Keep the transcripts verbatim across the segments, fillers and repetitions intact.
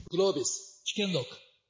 グロービス危険録。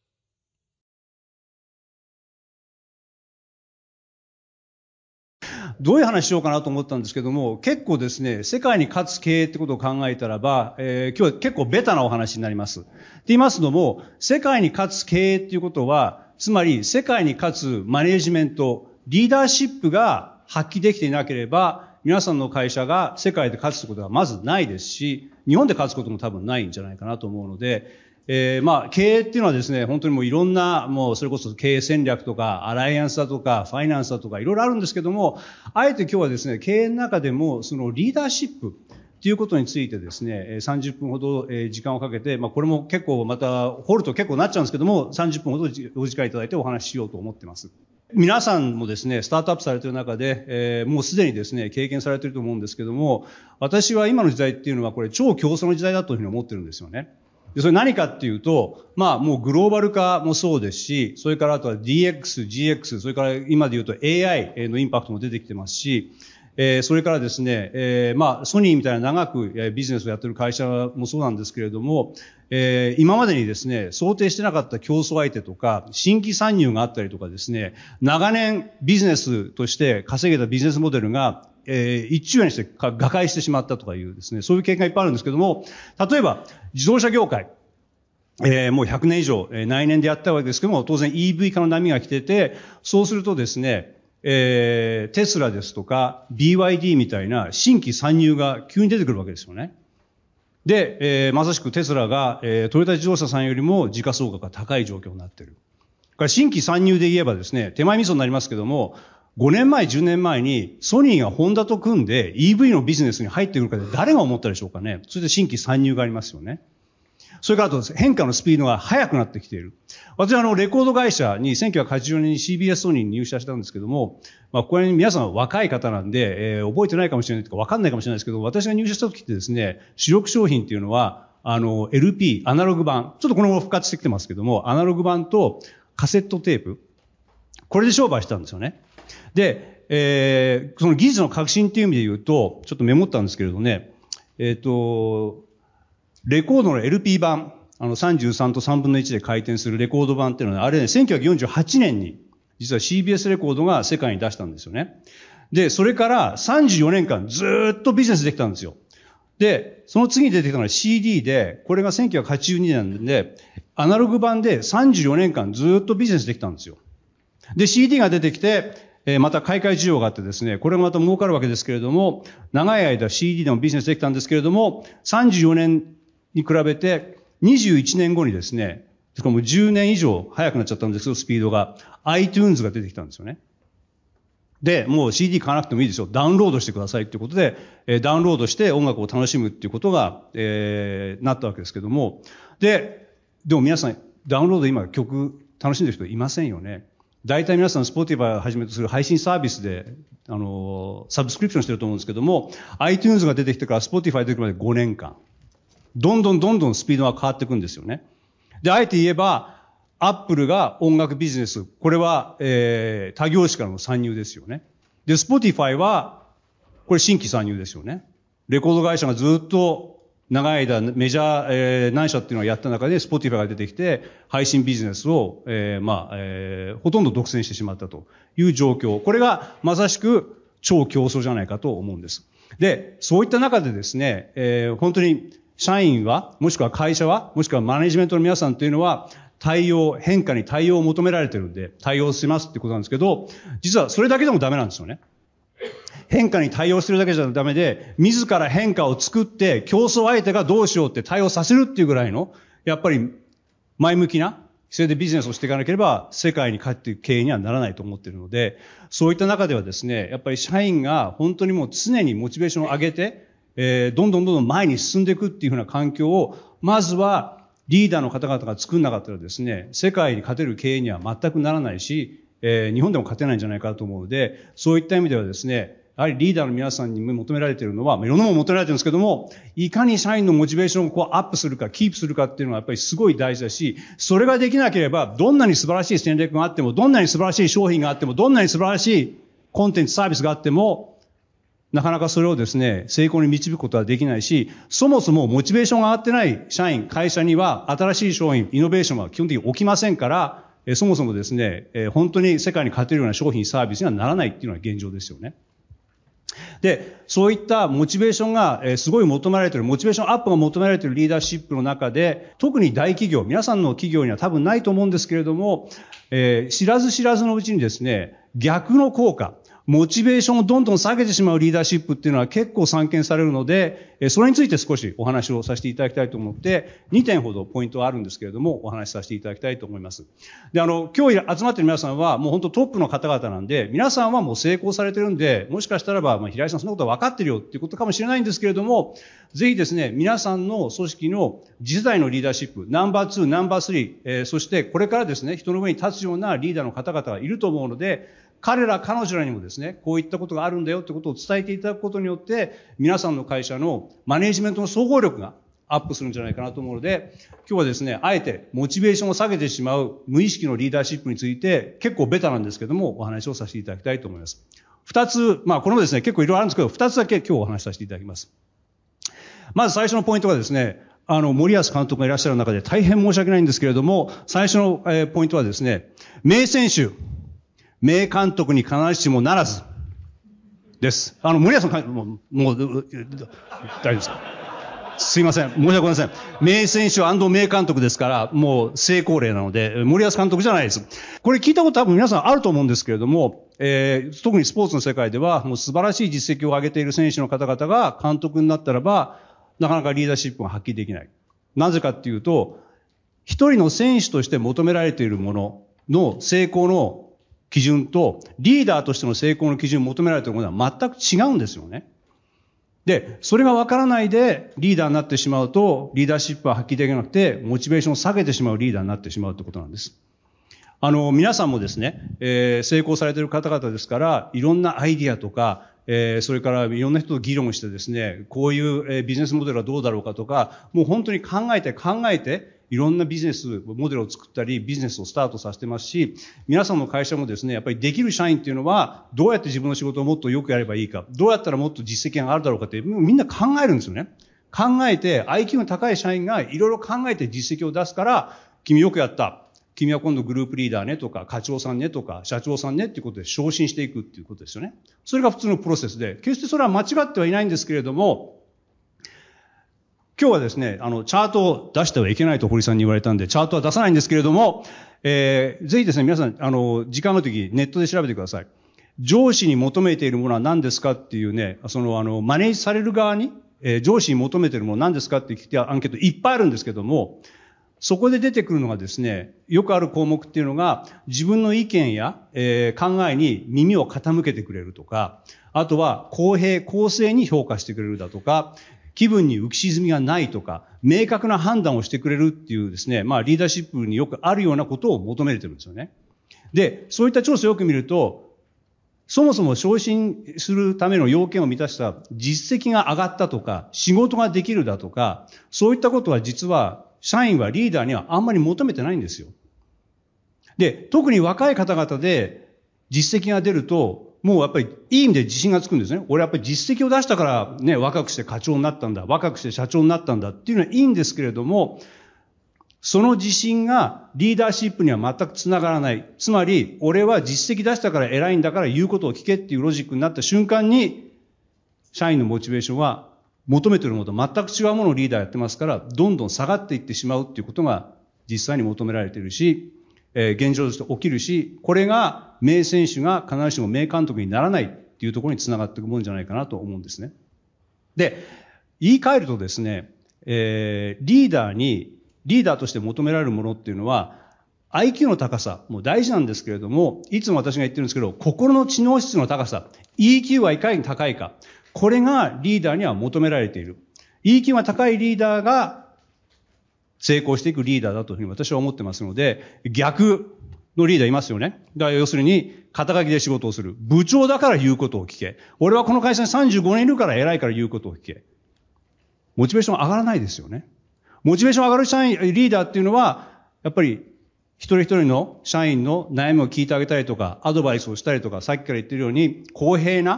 どういう話しようかなと思ったんですけども、結構ですね、世界に勝つ経営ってことを考えたらば、えー、今日は結構ベタなお話になります。って言いますのも、世界に勝つ経営っていうことは、つまり世界に勝つマネージメント、リーダーシップが発揮できていなければ、皆さんの会社が世界で勝つことはまずないですし、日本で勝つことも多分ないんじゃないかなと思うので、えー、まあ、経営っていうのはですね、本当にもういろんな、もうそれこそ経営戦略とか、アライアンスだとか、ファイナンスだとか、いろいろあるんですけども、あえて今日はですね、経営の中でも、そのリーダーシップっていうことについてですね、さんじゅっぷんほど時間をかけて、まあ、これも結構また、掘ると結構なっちゃうんですけども、さんじゅっぷんほどお時間いただいてお話ししようと思ってます。皆さんもですね、スタートアップされている中で、えー、もうすでにですね、経験されていると思うんですけども、私は今の時代っていうのはこれ超競争の時代だというふうに思ってるんですよね。で、それ何かっていうと、まあもうグローバル化もそうですし、それからあとは ディーエックス、ジーエックス、それから今で言うと エーアイ のインパクトも出てきてますし、えー、それからですね、えー、まあソニーみたいな長くビジネスをやっている会社もそうなんですけれども、えー、今までにですね、想定してなかった競争相手とか、新規参入があったりとかですね、長年ビジネスとして稼げたビジネスモデルがえー、一昼夜にして瓦解してしまったとかいうですね、そういう経験がいっぱいあるんですけども、例えば、自動車業界、えー、もうひゃくねん以上、えー、内燃でやったわけですけども、当然 イーブイ 化の波が来てて、そうするとですね、えー、テスラですとか、ビーワイディー みたいな新規参入が急に出てくるわけですよね。で、えー、まさしくテスラが、えー、トヨタ自動車さんよりも時価総額が高い状況になっている。これ新規参入で言えばですね、手前味噌になりますけども、ごねんまえ、じゅうねんまえにソニーがホンダと組んで イーブイ のビジネスに入ってくるかで誰が思ったでしょうかね。それで新規参入がありますよね。それからあと変化のスピードが速くなってきている。私はあのレコード会社にせんきゅうひゃくはちじゅうよねんに シービーエス ソニーに入社したんですけども、まあこれ皆さん若い方なんで、えー、覚えてないかもしれないとか分かんないかもしれないですけど、私が入社した時ってですね、主力商品っていうのは、あの エルピー、アナログ版、ちょっとこのまま復活してきてますけども、アナログ版とカセットテープ、これで商売してたんですよね。で、えー、その技術の革新っていう意味で言うと、ちょっとメモったんですけれどね、えっと、レコードの エルピー 版、あのさんじゅうさんとさんぶんのいちで回転するレコード版っていうのは、あれね、せんきゅうひゃくよんじゅうはちねんに、実は シービーエス レコードが世界に出したんですよね。で、それからさんじゅうよねんかんずーっとビジネスできたんですよ。で、その次に出てきたのは シーディー で、これがせんきゅうひゃくはちじゅうにねんで、アナログ版でさんじゅうよねんかんずーっとビジネスできたんですよ。で、シーディー が出てきて、えー、また買い替え需要があってですね、これがまた儲かるわけですけれども、長い間 シーディー でもビジネスできたんですけれども、さんじゅうよねんに比べてにじゅういちねんごにですね、しかもじゅうねん以上早くなっちゃったんですけど、スピードが、iTunes が出てきたんですよね。で、もう シーディー 買わなくてもいいですよ。ダウンロードしてくださいっていうことで、えー、ダウンロードして音楽を楽しむっていうことが、えー、なったわけですけども、で、でも皆さん、ダウンロード今曲楽しんでる人いませんよね。大体皆さん、Spotify をはじめとする配信サービスで、あの、サブスクリプションしてると思うんですけども、iTunes が出てきてから Spotify 出てくるまでごねんかん。どんどんどんどんスピードが変わっていくんですよね。で、あえて言えば、Apple が音楽ビジネス、これは、えー、他業種からの参入ですよね。で、Spotify は、これ新規参入ですよね。レコード会社がずっと長い間メジャー、えー、何社っていうのをやった中で Spotify が出てきて配信ビジネスを、えー、まあ、えー、ほとんど独占してしまったという状況。これがまさしく超競争じゃないかと思うんです。で、そういった中でですね、えー、本当に社員は、もしくは会社は、もしくはマネジメントの皆さんというのは、対応、変化に対応を求められてるんで、対応しますってことなんですけど、実はそれだけでもダメなんですよね。変化に対応するだけじゃダメで、自ら変化を作って、競争相手がどうしようって対応させるっていうぐらいの、やっぱり前向きな、それでビジネスをしていかなければ、世界に勝っていく経営にはならないと思っているので、そういった中ではですね、やっぱり社員が本当にもう常にモチベーションを上げて、えー、どんどんどんどん前に進んでいくっていうふうな環境を、まずはリーダーの方々が作んなかったらですね、世界に勝てる経営には全くならないし、えー、日本でも勝てないんじゃないかと思うので、そういった意味ではですね、やはりリーダーの皆さんに求められているのは、いろんなもの求められてるんですけども、いかに社員のモチベーションをこうアップするか、キープするかっていうのはやっぱりすごい大事だし、それができなければ、どんなに素晴らしい戦略があっても、どんなに素晴らしい商品があっても、どんなに素晴らしいコンテンツサービスがあっても、 なかなかそれをですね、成功に導くことはできないし、そもそもモチベーションが上がってない社員、会社には新しい商品、イノベーションは基本的に起きませんから、えそもそもですね、え本当に世界に勝てるような商品、サービスにはならないっていうのが現状ですよね。で、そういったモチベーションが、えすごい求められている、モチベーションアップが求められているリーダーシップの中で、特に大企業、皆さんの企業には多分ないと思うんですけれども、えー、知らず知らずのうちにですね、逆の効果、モチベーションをどんどん下げてしまうリーダーシップっていうのは結構散見されるので、それについて少しお話をさせていただきたいと思って、にてんほどポイントはあるんですけれども、お話しさせていただきたいと思います。で、あの、今日集まっている皆さんはもう本当トップの方々なんで、皆さんはもう成功されてるんで、もしかしたらば、まあ、平井さんそんなことは分かってるよっていうことかもしれないんですけれども、ぜひですね、皆さんの組織の次世代のリーダーシップ、ナンバーツー、ナンバースリー、えー、そしてこれからですね、人の上に立つようなリーダーの方々がいると思うので、彼ら、彼女らにもですね、こういったことがあるんだよってことを伝えていただくことによって、皆さんの会社のマネジメントの総合力がアップするんじゃないかなと思うので、今日はですね、あえてモチベーションを下げてしまう無意識のリーダーシップについて、結構ベタなんですけども、お話をさせていただきたいと思います。二つ、まあこれもですね、結構いろいろあるんですけど、二つだけ今日お話しさせていただきます。まず最初のポイントがですね、あの、森保監督がいらっしゃる中で大変申し訳ないんですけれども、最初の、えー、ポイントはですね、名選手、名監督に必ずしもならずです。あの、森保さん、もう、もう、大丈夫ですか？すいません。申し訳ございません。名選手&名監督ですから、もう成功例なので、森保監督じゃないです。これ聞いたこと多分皆さんあると思うんですけれども、えー、特にスポーツの世界では、もう素晴らしい実績を上げている選手の方々が監督になったらば、なかなかリーダーシップが発揮できない。なぜかっていうと、一人の選手として求められているものの成功の基準と、リーダーとしての成功の基準を求められているものは全く違うんですよね。で、それが分からないでリーダーになってしまうと、リーダーシップは発揮できなくて、モチベーションを下げてしまうリーダーになってしまうということなんです。あの、皆さんもですね、えー、成功されている方々ですから、いろんなアイディアとか、えー、それからいろんな人と議論してですね、こういう、えー、ビジネスモデルはどうだろうかとか、もう本当に考えて考えて、いろんなビジネスモデルを作ったり、ビジネスをスタートさせてますし、皆さんの会社もですね、やっぱりできる社員っていうのは、どうやって自分の仕事をもっとよくやればいいか、どうやったらもっと実績があるだろうかって、みんな考えるんですよね。考えて、アイキュー の高い社員がいろいろ考えて実績を出すから、君よくやった。君は今度グループリーダーねとか、課長さんねとか、社長さんねっていうことで昇進していくっていうことですよね。それが普通のプロセスで、決してそれは間違ってはいないんですけれども、今日はですね、あの、チャートを出してはいけないと堀さんに言われたんで、チャートは出さないんですけれども、えー、ぜひですね、皆さん、あの、時間の時、ネットで調べてください。上司に求めているものは何ですかっていうね、その、あの、マネージされる側に、えー、上司に求めているものは何ですかって聞いてアンケートいっぱいあるんですけども、そこで出てくるのがですね、よくある項目っていうのが、自分の意見や、えー、考えに耳を傾けてくれるとか、あとは公平、公正に評価してくれるだとか、気分に浮き沈みがないとか、明確な判断をしてくれるっていうですね、まあリーダーシップによくあるようなことを求められてるんですよね。で、そういった調査をよく見ると、そもそも昇進するための要件を満たした実績が上がったとか、仕事ができるだとか、そういったことは実は、社員はリーダーにはあんまり求めてないんですよ。で、特に若い方々で実績が出ると、もうやっぱりいい意味で自信がつくんですね。俺やっぱり実績を出したからね、若くして課長になったんだ、若くして社長になったんだっていうのはいいんですけれども、その自信がリーダーシップには全くつながらない。つまり、俺は実績出したから偉いんだから言うことを聞けっていうロジックになった瞬間に、社員のモチベーションは求めているものと全く違うものをリーダーやってますから、どんどん下がっていってしまうっていうことが実際に求められているし、えー、現状として起きるし、これが名選手が必ずしも名監督にならないっていうところにつながっていくものじゃないかなと思うんですね。で、言い換えるとですね、えー、リーダーに、リーダーとして求められるものっていうのは、アイキュー の高さも大事なんですけれども、いつも私が言ってるんですけど、心の知能質の高さ、イーキュー はいかに高いか、これがリーダーには求められている。イーキュー が高いリーダーが成功していくリーダーだというふうに私は思ってますので、逆のリーダーいますよね。だから要するに、肩書きで仕事をする。部長だから言うことを聞け。俺はこの会社にさんじゅうごねんいるから偉いから言うことを聞け。モチベーション上がらないですよね。モチベーション上がる社員、リーダーっていうのは、やっぱり一人一人の社員の悩みを聞いてあげたりとか、アドバイスをしたりとか、さっきから言ってるように、公平な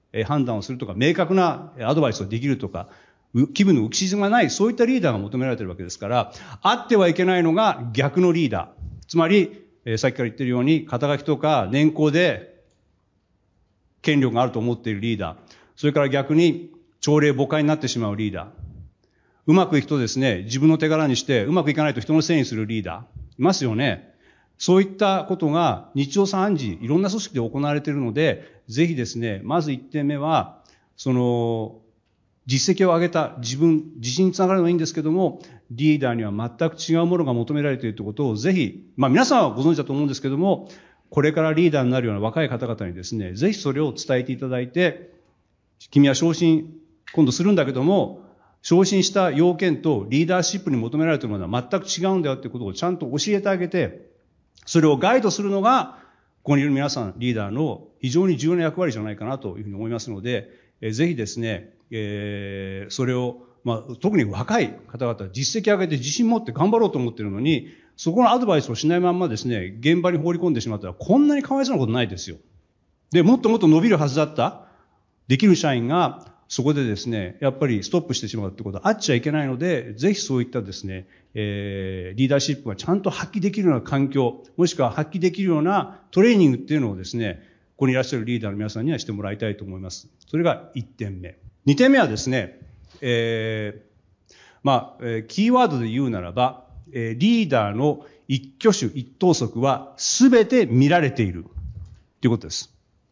判断をするとか、明確なアドバイスをできるとか、気分の浮き沈みがない、そういったリーダーが求められているわけですから、あってはいけないのが逆のリーダー。つまり、えー、さっきから言っているように、肩書きとか年功で権力があると思っているリーダー。それから逆に、朝令暮改になってしまうリーダー。うまくいくとですね、自分の手柄にして、うまくいかないと人のせいにするリーダー。いますよね。そういったことが日常茶飯事、いろんな組織で行われているので、ぜひですね、まず一点目は、その、実績を上げた自分、自信につながるのはいいんですけども、リーダーには全く違うものが求められているということをぜひ、まあ皆さんはご存知だと思うんですけども、これからリーダーになるような若い方々にですね、ぜひそれを伝えていただいて、君は昇進、今度するんだけども、昇進した要件とリーダーシップに求められているものは全く違うんだよということをちゃんと教えてあげて、それをガイドするのが、ここにいる皆さん、リーダーの非常に重要な役割じゃないかなというふうに思いますので、えー、ぜひですね、えー、それを、まあ、特に若い方々、実績上げて自信持って頑張ろうと思っているのに、そこのアドバイスをしないまんまですね、現場に放り込んでしまったら、こんなにかわいそうなことないですよ。で、もっともっと伸びるはずだった、できる社員が、そこでですね、やっぱりストップしてしまうってことはあっちゃいけないので、ぜひそういったですね、えー、リーダーシップがちゃんと発揮できるような環境、もしくは発揮できるようなトレーニングっていうのをですね、ここにいらっしゃるリーダーの皆さんにはしてもらいたいと思います。それがいってんめ。にてんめはですね、えー、まあ、えー、キーワードで言うならば、えー、リーダーの一挙手一投足は全て見られているということです。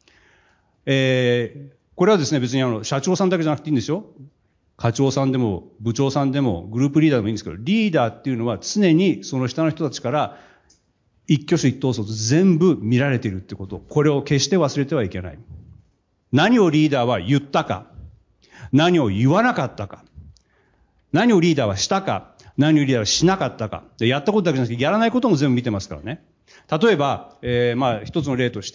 えーこれはですね、別にあの、社長さんだけじゃなくていいんですよ。課長さんでも、部長さんでも、グループリーダーでもいいんですけど、リーダーっていうのは常にその下の人たちから、一挙手一投足全部見られているってこと。これを決して忘れてはいけない。何をリーダーは言ったか。何を言わなかったか。何をリーダーはしたか。何をリーダーはしなかったか。で、やったことだけじゃなくて、やらないことも全部見てますからね。例えば、えー、まあ、一つの例として、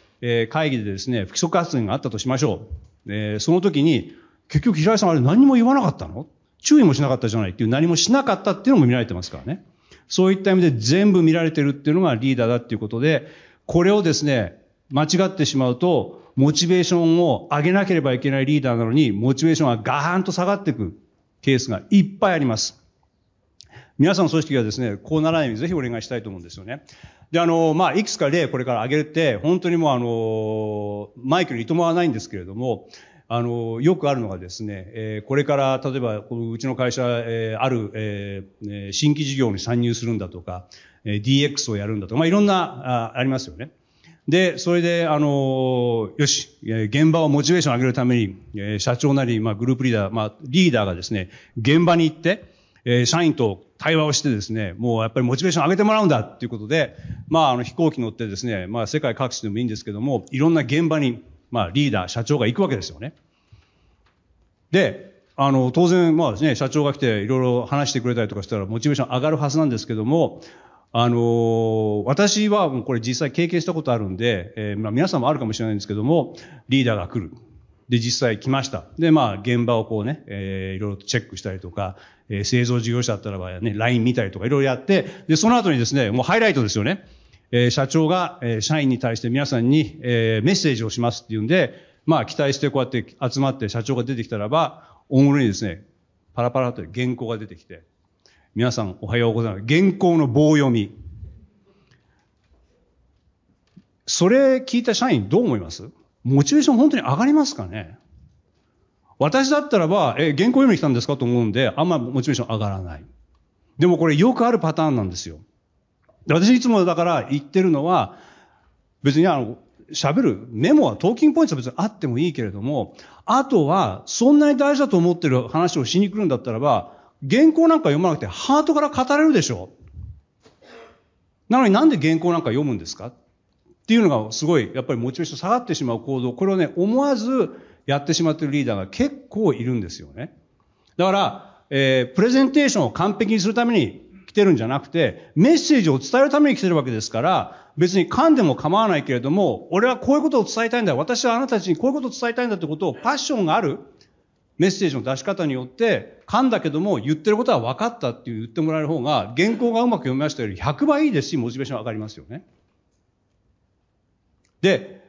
えー、会議でですね、不規則発言があったとしましょう。えー、その時に、結局平井さんあれ何も言わなかったの？注意もしなかったじゃないっていう、何もしなかったっていうのも見られてますからね。そういった意味で全部見られてるっていうのがリーダーだっていうことで、これをですね、間違ってしまうと、モチベーションを上げなければいけないリーダーなのに、モチベーションがガーンと下がっていくケースがいっぱいあります。皆さんの組織がですね、こうならないようにぜひお願いしたいと思うんですよね。で、あの、まあ、いくつか例これから挙げるって、本当にもうあの、マイクにいとまはないんですけれども、あの、よくあるのがですね、えー、これから、例えば、このうちの会社、えー、ある、えー、新規事業に参入するんだとか、えー、ディーエックス をやるんだとか、まあ、いろんな、あ、ありますよね。で、それで、あの、よし、現場をモチベーション上げるために、えー、社長なり、まあ、グループリーダー、まあ、リーダーがですね、現場に行って、えー、社員と対話をしてですね、もうやっぱりモチベーション上げてもらうんだっていうことで、まあ、あの、飛行機乗ってですね、まあ、世界各地でもいいんですけども、いろんな現場に、まあ、リーダー、社長が行くわけですよね。で、あの、当然、まあですね、社長が来ていろいろ話してくれたりとかしたら、モチベーション上がるはずなんですけども、あの、私はもうこれ実際経験したことあるんで、えー、まあ皆さんもあるかもしれないんですけども、リーダーが来る。で、実際来ました。で、まあ、現場をこうね、えー、いろいろとチェックしたりとか、えー、製造事業者だったらばね、ライン 見たりとかいろいろやって、で、その後にですね、もうハイライトですよね。えー、社長が、えー、社員に対して皆さんに、えー、メッセージをしますっていうんで、まあ、期待してこうやって集まって社長が出てきたらば、おもむろにですね、パラパラと原稿が出てきて、皆さんおはようございます。原稿の棒読み。それ聞いた社員どう思います？モチベーション本当に上がりますかね？私だったらば、え、原稿読みに来たんですかと思うんで、あんまモチベーション上がらない。でもこれよくあるパターンなんですよ。で私いつもだから言ってるのは、別にあの、喋る、メモはトーキングポイントは別にあってもいいけれども、あとは、そんなに大事だと思ってる話をしに来るんだったらば、原稿なんか読まなくてハートから語れるでしょ。なのになんで原稿なんか読むんですかっていうのがすごい、やっぱりモチベーション下がってしまう行動、これをね、思わずやってしまっているリーダーが結構いるんですよね。だから、えー、プレゼンテーションを完璧にするために来てるんじゃなくて、メッセージを伝えるために来てるわけですから、別に噛んでも構わないけれども、俺はこういうことを伝えたいんだ。私はあなたたちにこういうことを伝えたいんだってことをパッションがあるメッセージの出し方によって、噛んだけども言ってることは分かったって言ってもらえる方が、原稿がうまく読みましたよりひゃくばいいいですし、モチベーション上がりますよね。で、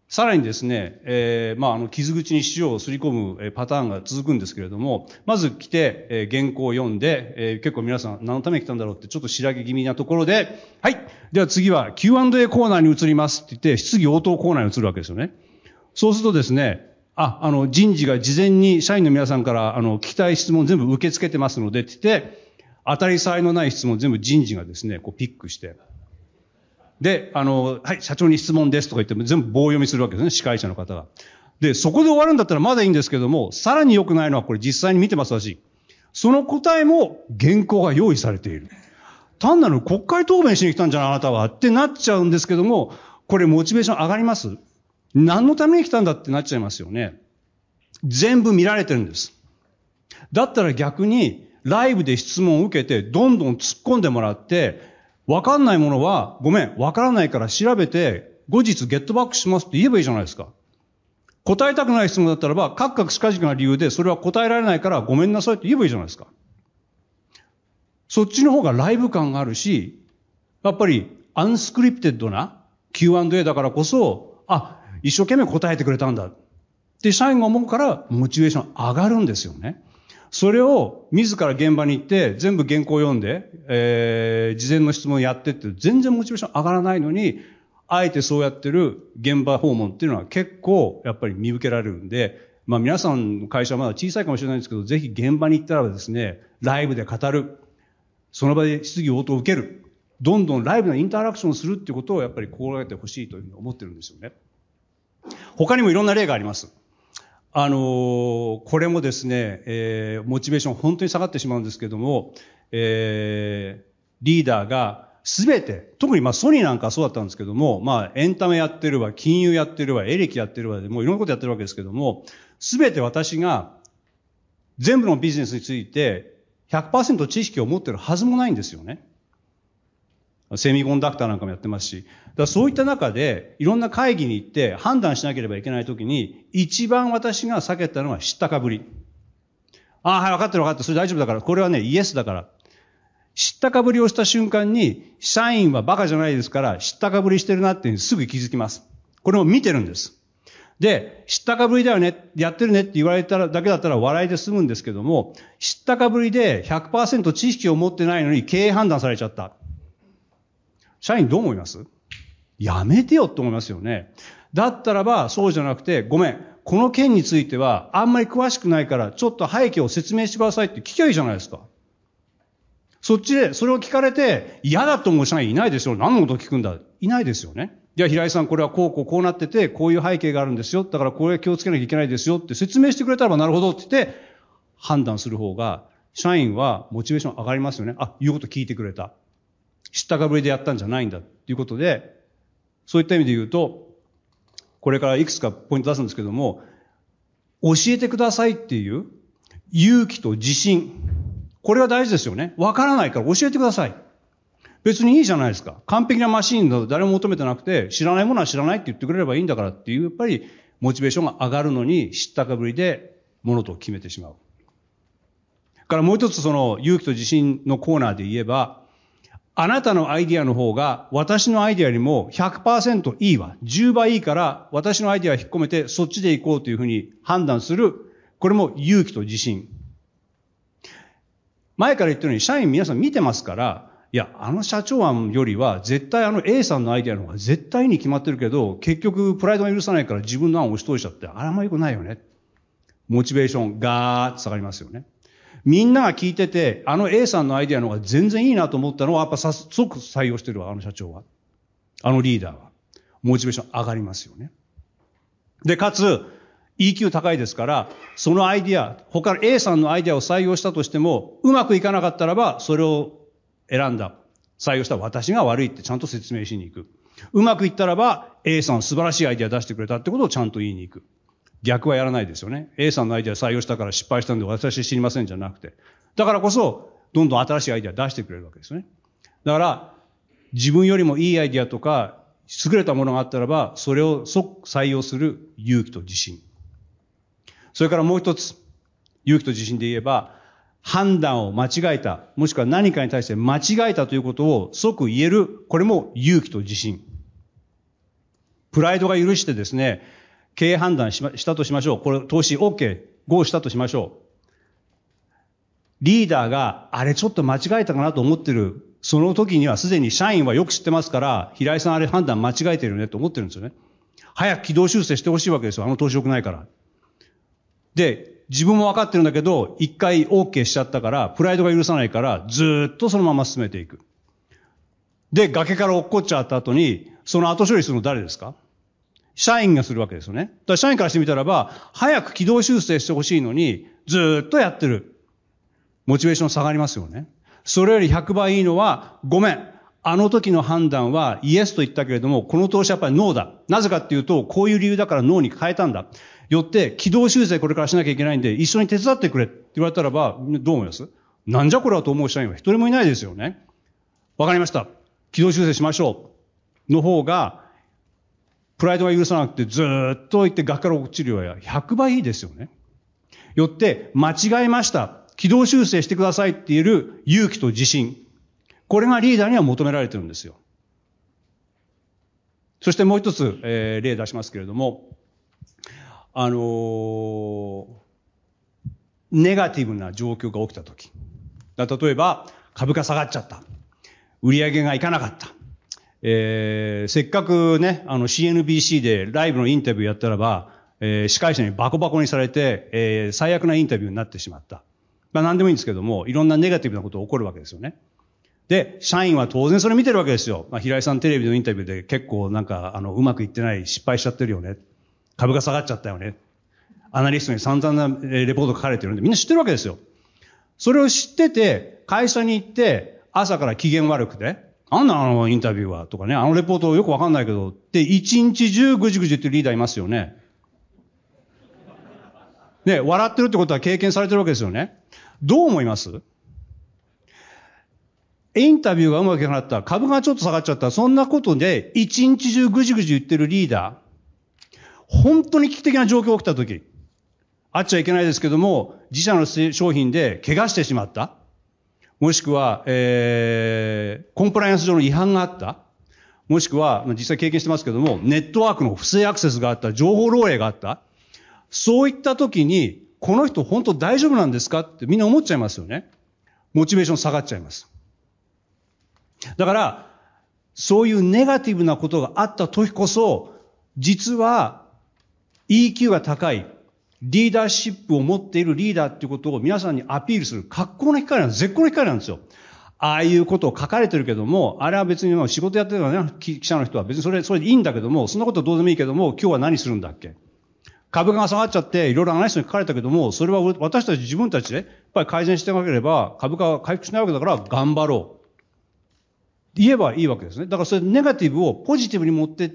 さらにですね、えー、まあ、あの、傷口に塩をすり込むえーパターンが続くんですけれども、まず来て、えー、原稿を読んで、えー、結構皆さん何のために来たんだろうってちょっと白毛気味なところで、はい、では次は キューアンドエー コーナーに移りますって言って、質疑応答コーナーに移るわけですよね。そうするとですね、あ、あの、人事が事前に社員の皆さんから、あの、聞きたい質問全部受け付けてますのでって言って、当たり障りのない質問全部人事がですね、こうピックして、で、あの、はい、社長に質問ですとか言っても全部棒読みするわけですね、司会者の方が。で、そこで終わるんだったらまだいいんですけども、さらに良くないのはこれ実際に見てます私。その答えも原稿が用意されている。単なる国会答弁しに来たんじゃないあなたはってなっちゃうんですけども、これモチベーション上がります？何のために来たんだってなっちゃいますよね。全部見られてるんです。だったら逆にライブで質問を受けてどんどん突っ込んでもらって、わかんないものはごめん、わからないから調べて後日ゲットバックしますって言えばいいじゃないですか。答えたくない質問だったらば、各々しかじかな理由でそれは答えられないからごめんなさいって言えばいいじゃないですか。そっちの方がライブ感があるし、やっぱりアンスクリプテッドな キューアンドエー だからこそ、あ、一生懸命答えてくれたんだって社員が思うからモチベーション上がるんですよね。それを自ら現場に行って全部原稿を読んで、えー、事前の質問やってって全然モチベーション上がらないのに、あえてそうやってる現場訪問っていうのは結構やっぱり見受けられるんで、まあ皆さんの会社はまだ小さいかもしれないんですけど、ぜひ現場に行ったらですね、ライブで語る。その場で質疑応答を受ける。どんどんライブなインタラクションをするっていうことをやっぱり心がけてほしいというふうに思ってるんですよね。他にもいろんな例があります。あのー、これもですね、えー、モチベーション本当に下がってしまうんですけども、えー、リーダーがすべて、特にまあソニーなんかはそうだったんですけども、まあエンタメやってるわ、金融やってるわ、エレキやってるわで、もういろんなことやってるわけですけども、すべて私が全部のビジネスについて ひゃくパーセント 知識を持ってるはずもないんですよね。セミコンダクターなんかもやってますし。だからそういった中で、いろんな会議に行って判断しなければいけないときに、一番私が避けたのは知ったかぶり。ああ、はい、分かってる分かってる。それ大丈夫だから。これはね、イエスだから。知ったかぶりをした瞬間に、社員はバカじゃないですから、知ったかぶりしてるなってすぐ気づきます。これを見てるんです。で、知ったかぶりだよね、やってるねって言われたらだけだったら笑いで済むんですけども、知ったかぶりで ひゃくパーセント 知識を持ってないのに経営判断されちゃった。社員どう思います？やめてよって思いますよね。だったらば、そうじゃなくて、ごめん、この件についてはあんまり詳しくないから、ちょっと背景を説明してくださいって聞きゃいいじゃないですか。そっちで、それを聞かれて、嫌だと思う社員いないですよ。何のことを聞くんだ？いないですよね。じゃあ平井さん、これはこうこうこうなってて、こういう背景があるんですよ。だからこれ気をつけなきゃいけないですよって説明してくれたらばなるほどって言って、判断する方が、社員はモチベーション上がりますよね。あ、言うこと聞いてくれた。知ったかぶりでやったんじゃないんだっていうことで、そういった意味で言うと、これからいくつかポイント出すんですけども、教えてくださいっていう勇気と自信。これは大事ですよね。わからないから教えてください。別にいいじゃないですか。完璧なマシーンだと誰も求めてなくて、知らないものは知らないって言ってくれればいいんだからっていう、やっぱりモチベーションが上がるのに知ったかぶりで物事を決めてしまう。からもう一つその勇気と自信のコーナーで言えば、あなたのアイディアの方が私のアイディアよりも ひゃくパーセント いいわ。じゅうばいいいから私のアイディアを引っ込めてそっちで行こうというふうに判断する。これも勇気と自信。前から言ったように社員皆さん見てますから、いや、あの社長案よりは絶対あの A さんのアイディアの方が絶対に決まってるけど、結局プライドが許さないから自分の案を押し通しちゃって、あらま良くないよね。モチベーションガーッと下がりますよね。みんなが聞いてて、あの A さんのアイデアの方が全然いいなと思ったのは、やっぱ早速採用してるわ、あの社長は。あのリーダーは。モチベーション上がりますよね。で、かつ、イーキュー 高いですから、そのアイデア、他の A さんのアイデアを採用したとしても、うまくいかなかったらば、それを選んだ、採用した私が悪いってちゃんと説明しに行く。うまくいったらば、A さん素晴らしいアイデア出してくれたってことをちゃんと言いに行く。逆はやらないですよね。A さんのアイデア採用したから失敗したんで私知りませんじゃなくて。だからこそ、どんどん新しいアイデア出してくれるわけですよね。だから、自分よりもいいアイデアとか、優れたものがあったらば、それを即採用する勇気と自信。それからもう一つ、勇気と自信で言えば、判断を間違えた、もしくは何かに対して間違えたということを即言える、これも勇気と自信。 プライドが許してですね、経営判断しましたとしましょう。これ投資 OK、ゴーしたとしましょう。リーダーが、あれちょっと間違えたかなと思ってる、その時にはすでに社員はよく知ってますから、平井さんあれ判断間違えてるよねと思ってるんですよね。早く軌道修正してほしいわけですよ。あの投資良くないから。で、自分も分かってるんだけど、一回 OK しちゃったから、プライドが許さないから、ずーっとそのまま進めていく。で、崖から落っこっちゃった後に、その後処理するの誰ですか？社員がするわけですよね。だから社員からしてみたらば、早く軌道修正してほしいのに、ずーっとやってる。モチベーション下がりますよね。それよりひゃくばいいいのは、ごめん。あの時の判断はイエスと言ったけれども、この投資はやっぱりノーだ。なぜかっていうと、こういう理由だからノーに変えたんだ。よって、軌道修正これからしなきゃいけないんで、一緒に手伝ってくれって言われたらば、どう思います？なんじゃこれはと思う社員は一人もいないですよね。わかりました。軌道修正しましょう。の方が、プライドが許さなくてずーっと言って崖から落ちるよりはひゃくばいいいですよね。よって、間違えました。軌道修正してくださいって言える勇気と自信。これがリーダーには求められてるんですよ。そしてもう一つ、えー、例出しますけれども、あのー、ネガティブな状況が起きたとき。例えば、株価下がっちゃった。売り上げがいかなかった。えー、せっかくね、あの シーエヌビーシー でライブのインタビューやったらば、えー、司会者にバコバコにされて、えー、最悪なインタビューになってしまった。まあ何でもいいんですけども、いろんなネガティブなことが起こるわけですよね。で、社員は当然それ見てるわけですよ。まあ平井さんテレビのインタビューで結構なんか、あの、うまくいってない、失敗しちゃってるよね。株が下がっちゃったよね。アナリストに散々なレポート書かれてるんで、みんな知ってるわけですよ。それを知ってて、会社に行って、朝から機嫌悪くて、なんだあのインタビューはとかね、あのレポートよくわかんないけど、って一日中ぐじぐじ言ってるリーダーいますよね。ね、笑ってるってことは経験されてるわけですよね。どう思います？インタビューがうまくいかなかった、株がちょっと下がっちゃった、そんなことで一日中ぐじぐじ言ってるリーダー、本当に危機的な状況が起きたとき、あっちゃいけないですけども、自社の商品で怪我してしまった。もしくは、えー、コンプライアンス上の違反があった。もしくは、実際経験してますけども、ネットワークの不正アクセスがあった。情報漏洩があった。そういった時に、この人本当大丈夫なんですかってみんな思っちゃいますよね。モチベーション下がっちゃいます。だから、そういうネガティブなことがあった時こそ、実は イーキュー が高い、リーダーシップを持っているリーダーっていうことを皆さんにアピールする格好の機会なんです。絶好の機会なんですよ。ああいうことを書かれてるけども、あれは別に仕事やってるからね、記者の人は別にそれ、それでいいんだけども、そんなことどうでもいいけども、今日は何するんだっけ？株価が下がっちゃって、いろいろアナリストに書かれたけども、それは私たち自分たちで、やっぱり改善してなければ、株価が回復しないわけだから、頑張ろう。言えばいいわけですね。だからそれネガティブをポジティブに持ってって、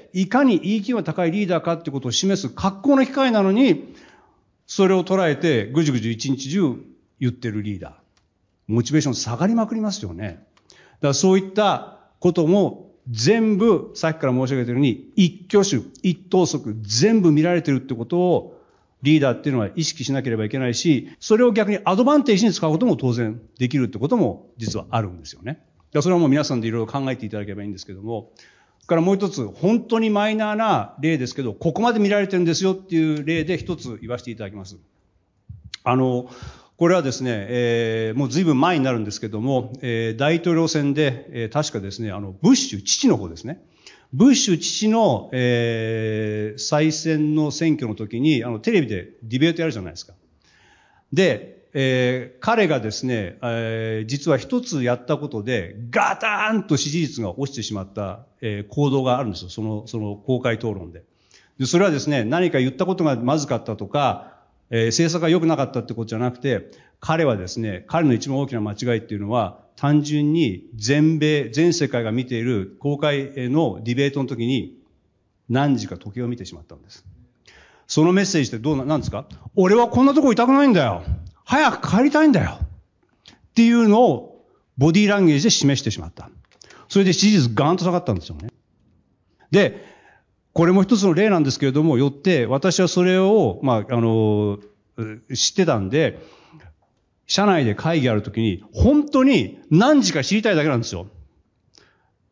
いかに イーキュー が高いリーダーかってことを示す格好の機会なのに、それを捉えてぐじぐじ一日中言ってるリーダー。モチベーション下がりまくりますよね。だからそういったことも全部、さっきから申し上げているように、一挙手、一投足、全部見られてるってことを、リーダーっていうのは意識しなければいけないし、それを逆にアドバンテージに使うことも当然できるってことも実はあるんですよね。それはもう皆さんでいろいろ考えていただければいいんですけども、それからもう一つ、本当にマイナーな例ですけど、ここまで見られてるんですよっていう例で一つ言わせていただきます。あの、これはですね、えー、もう随分前になるんですけども、えー、大統領選で、えー、確かですね、あの、ブッシュ、父の方ですね。ブッシュ父の、えー、再選の選挙の時に、あの、テレビでディベートやるじゃないですか。で、えー、彼がですね、えー、実は一つやったことで、ガターンと支持率が落ちてしまった、えー、行動があるんですよ。その、その公開討論で。で、それはですね、何か言ったことがまずかったとか、えー、政策が良くなかったってことじゃなくて、彼はですね、彼の一番大きな間違いっていうのは、単純に全米、全世界が見ている公開のディベートの時に、何時か時計を見てしまったんです。そのメッセージってどうな、なんですか？俺はこんなとこいたくないんだよ。早く帰りたいんだよ。っていうのをボディーランゲージで示してしまった。それで支持率ガーンと下がったんですよね。で、これも一つの例なんですけれども、よって私はそれを、まあ、あの、知ってたんで、社内で会議あるときに、本当に何時か知りたいだけなんですよ。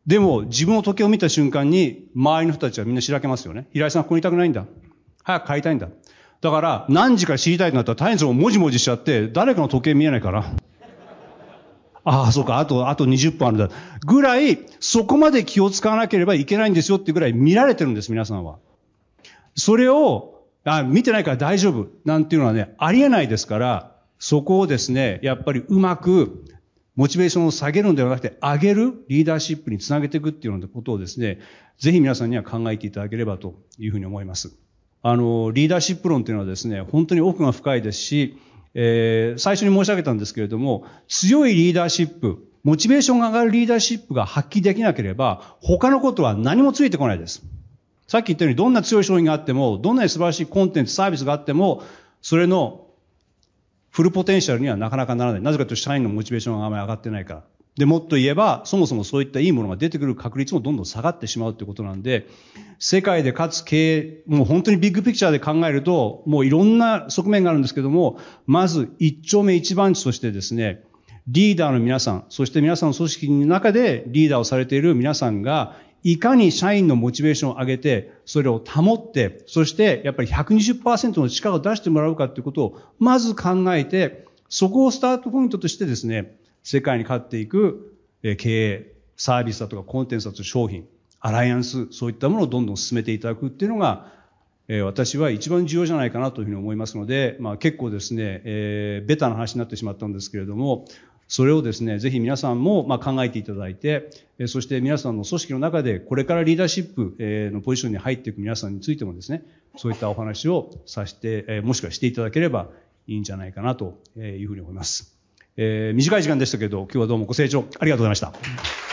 でも、自分の時計を見た瞬間に、周りの人たちはみんなしらけますよね。平井さんここにいたくないんだ。早く帰りたいんだ。だから、何時か知りたいとなったら大変そのもじもじしちゃって、誰かの時計見えないから。ああ、そうか、あと、あとにじゅっぷんあるんだ。ぐらい、そこまで気を使わなければいけないんですよっていうぐらい見られてるんです、皆さんは。それを、あ、見てないから大丈夫。なんていうのはね、ありえないですから、そこをですね、やっぱりうまく、モチベーションを下げるのではなくて、上げるリーダーシップにつなげていくっていうようなことをですね、ぜひ皆さんには考えていただければというふうに思います。あの、リーダーシップ論っていうのはですね、本当に奥が深いですし、えー、最初に申し上げたんですけれども、強いリーダーシップ、モチベーションが上がるリーダーシップが発揮できなければ、他のことは何もついてこないです。さっき言ったように、どんな強い商品があっても、どんなに素晴らしいコンテンツ、サービスがあっても、それのフルポテンシャルにはなかなかならない。なぜかというと、社員のモチベーションがあまり上がってないから。で、もっと言えば、そもそもそういったいいものが出てくる確率もどんどん下がってしまうということなんで、世界でかつ経営、もう本当にビッグピクチャーで考えると、もういろんな側面があるんですけども、まず一丁目一番地としてですね、リーダーの皆さん、そして皆さんの組織の中でリーダーをされている皆さんが、いかに社員のモチベーションを上げて、それを保って、そしてやっぱり ひゃくにじゅっパーセント の力を出してもらうかということを、まず考えて、そこをスタートポイントとしてですね、世界に勝っていく経営、サービスだとかコンテンツだとか商品、アライアンス、そういったものをどんどん進めていただくっていうのが、えー、私は一番重要じゃないかなというふうに思いますので、まあ結構ですね、えー、ベタな話になってしまったんですけれども、それをですね、ぜひ皆さんもまあ考えていただいて、えー、そして皆さんの組織の中でこれからリーダーシップのポジションに入っていく皆さんについてもですね、そういったお話をさせて、えー、もしくはしていただければいいんじゃないかなというふうに思います。えー、短い時間でしたけど、今日はどうもご清聴ありがとうございました。